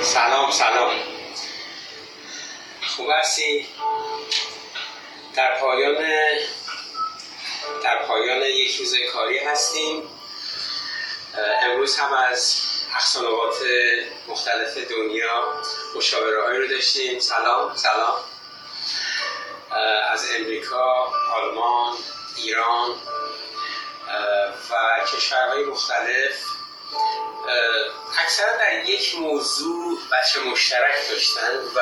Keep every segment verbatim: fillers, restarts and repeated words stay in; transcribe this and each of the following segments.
سلام سلام خوب هستی؟ در پایان در پایان یک روز کاری هستیم. امروز هم از اقصانقاط مختلف دنیا مشاوره‌هایی رو داشتیم. سلام سلام از امریکا، آلمان، ایران و کشورهای مختلف. اکثرا در یک موضوع بچه مشترک داشتن و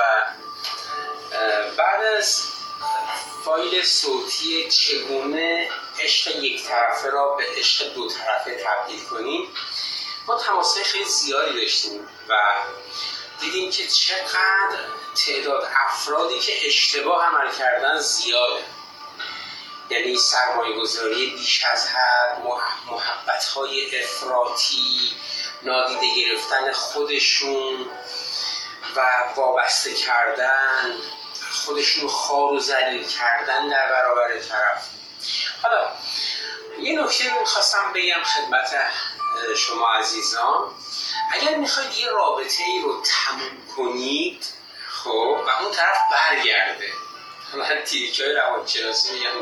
بعد از فایل صوتی چگونه عشق یک طرفه را به عشق دو طرفه تبدیل کنیم، ما تماس‌های خیلی زیادی داشتیم و دیدیم که چقدر تعداد افرادی که اشتباه عمل کردن زیاده. یعنی سرمایه گذاری بیش از حد، محبت‌های افراطی، نادیده گرفتن خودشون و وابسته کردن خودشون، خوار و ذلیل کردن در برابر طرف. حالا یه نکته میخواستم بگم خدمت شما عزیزان. اگر میخواید یه رابطه ای رو تموم کنید خب و اون طرف برگرده، حالا تیریک های روانشناسی میگم،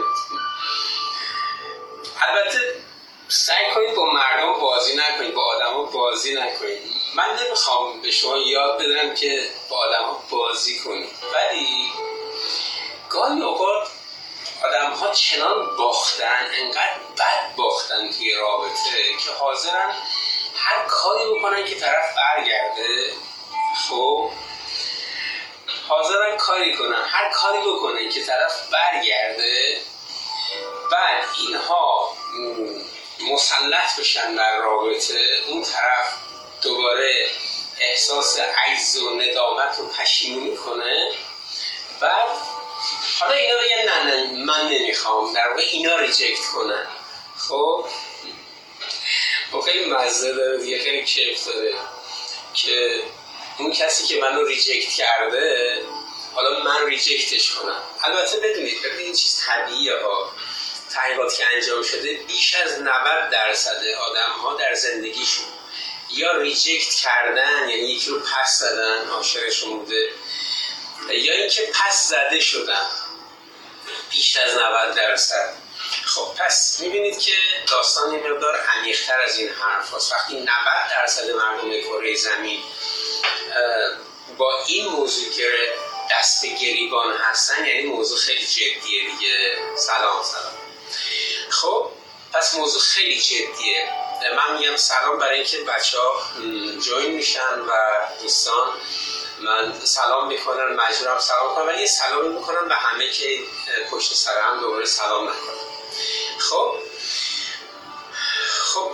البته سعی کنید با مردم بازی نکنید، با آدم ها بازی نکنید. من نمیخوام به شما یاد بدم که با آدم ها بازی کنید، ولی گاهی اوقات آدم ها چنان باختن، انقدر بد باختن توی رابطه که حاضرن هر کاری بکنن که طرف برگرده. خب حاضرن کاری کنن، هر کاری بکنن که طرف برگرده. بعد اینها مسلط بشن در رابطه، اون طرف دوباره احساس عجز و ندامت و پشیمونی کنه. بعد حالا اینا بگن نه نه من نمیخوام، در واقع اینا ریجکت کنن. خب با خیلی مزه داره دیگه، خیلی کیف داره که اون کسی که منو ریجکت کرده حالا من ریجکتش کنم. البته بدونید ببینید این چیز طبیعیه ها. تحقیقاتی که انجام شده بیش از نود درصد آدم ها در زندگیشون یا ریجکت کردن، یعنی یکی رو پس زدن، عاشقشون بوده، یا اینکه پس زده شدن، بیش از نود درصد. خب پس میبینید که داستان یه مقدار عمیق‌تر از این حرف هست. وقتی نود درصد مردم کره زمین با این موضوع که دست به گریبان هستن، یعنی موضوع خیلی جدیه دیگه. سلام سلام. خب پس موضوع خیلی جدیه. من میگم سلام برای اینکه بچه ها جوین میشن و دوستان من سلام میکنن، مجبورم سلام کنم، ولی یه سلامی میکنم به همه که پشت سر هم دوباره سلام نکنم. خب خب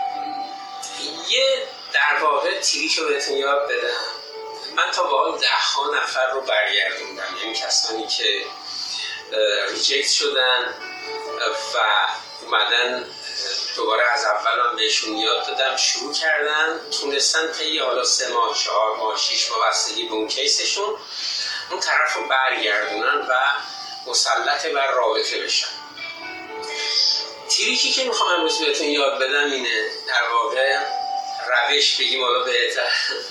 یه در واقع تیریک رو بهتون یاد بدم. من تا به حال ده ها نفر رو برگردوندم، یعنی کسانی که ریجکت شدن و اومدن دوباره از اول من بهشون یاد دادم، شروع کردن، تونستن طی حالا سه ماه، چهار ماه، شیش ماه بستگی به اون کیسشون اون طرف رو برگردونن و مسلط بر رابطه بشن. تریکی که میخوام امروز بهتون یاد بدم اینه، در واقع روش بگیم حالا بهتر،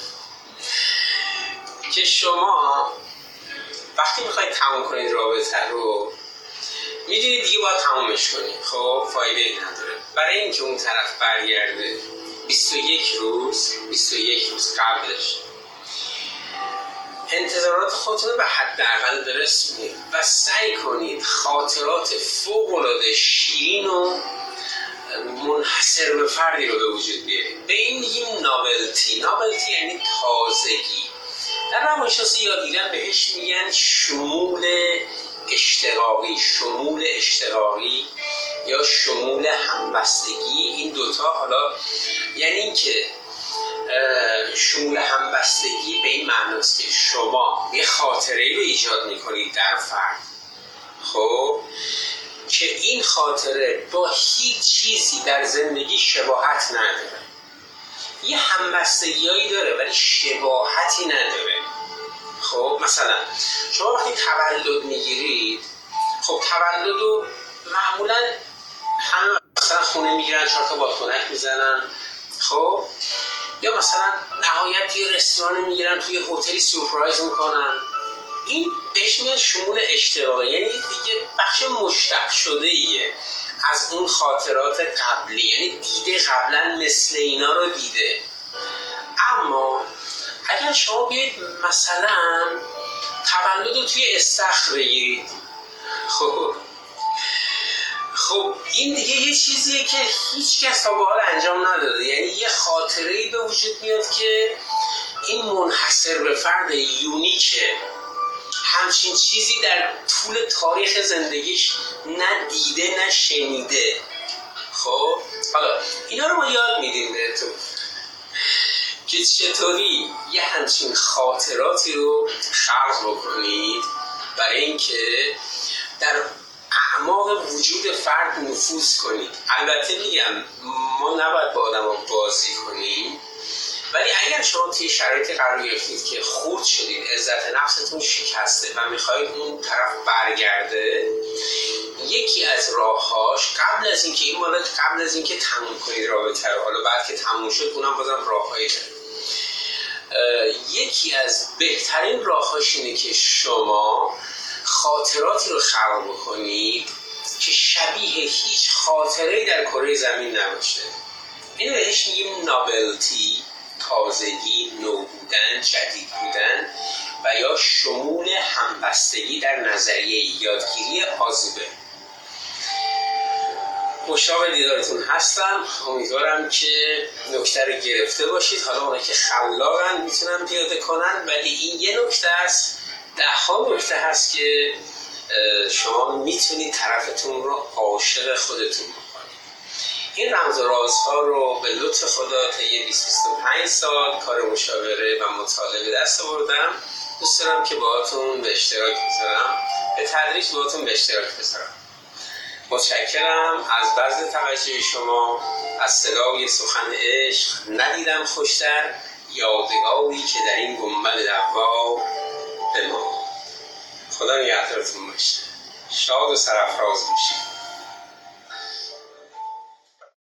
که شما وقتی میخواید تموم کنید رابطه رو، میدونید دیگه باید تمومش کنید. خب فایده ای نداره. برای اینکه اون طرف برگرده بیست و یک روز بیست و یک روز قبلش انتظارات خودتون رو به حداقل برسونید و سعی کنید خاطرات فوق‌العاده شیرین و منحصر به فردی رو به وجود بیارید. به این میگیم ناولتی. ناولتی یعنی تازگی. در روانشناسی یادگیری بهش میگن شمول اشتراکی. شمول اشتراکی یا شمول همبستگی. این دوتا حالا یعنی این که شمول همبستگی به این معناست که شما یه خاطره رو ایجاد میکنید در فرد، خب که این خاطره با هیچ چیزی در زندگی شباهت نداره. یه همبستگی‌هایی داره ولی شباهتی نداره. خب مثلا شما وقتی تولد میگیرید، خب تولد رو معمولا همه مثلا خونه میگیرن، چهار تا بادکنک میزنن، خب یا مثلا نهایت یه رستوران میگیرن توی هتلی سورپرایز میکنن. این بهش میاد شمول اشتباهه، یعنی دیگه بخش مشتق شده ایه از اون خاطرات قبلی، یعنی دیده قبلا مثل اینا رو دیده. اما اگر شما بیاید مثلا تولد رو توی استخر بگیرید، خب خب این دیگه یه چیزیه که هیچ کس تا به حال انجام نداده، یعنی یه خاطره‌ای به وجود میاد که این منحصر به فرد یونیکه، همچین چیزی در طول تاریخ زندگیش نه دیده نه شنیده. خب حالا اینا رو ما یاد میدیم بهتون که چطوری یه همچین خاطراتی رو خلق بکنید برای اینکه در اعماق وجود فرد نفوذ کنید. البته میگم ما نباید با آدم ها بازی کنیم، ولی اگر شما توی شرایطی قرار گرفتید که خورد شدید، عزت نفستون شکسته و میخواید اون طرف برگرده، یکی از راههاش قبل از اینکه این مالت قبل از اینکه تموم کنید رابطه رو، حالا بعد که تموم شد اونم بازم راههایی داره، یکی از بهترین راههاش اینه که شما خاطراتی رو خلق بکنید که شبیه هیچ خاطره‌ای در کره زمین نباشه. اینو بهش میگیم نابلتی، تازگی، نو بودن، جدید بودن و یا شمول همبستگی در نظریه یادگیری آزوبه. مشتاق دیدارتون هستم، امیدوارم که نکته رو گرفته باشید. حالا اونایی که خلاقن میتونن پیاده کنن، ولی این یه نکته است، ده ها نکته هست که شما میتونید طرفتون رو عاشق خودتون بکنید. این رمز و رازها رو به لطف خدا طی بیست بیست و پنج سال کار مشاوره و مطالعه دست آوردم. دوست دارم که باهاتون به اشتراک بذارم، به تدریج باهاتون به اشتراک بذارم. متشکرم از بذل توجه شما. از صدای سخن عشق ندیدم خوشتر، یادگاری که در این گنبد دوام به ما. خدا نگهدارتون باشه. شاد و سرافراز باشید.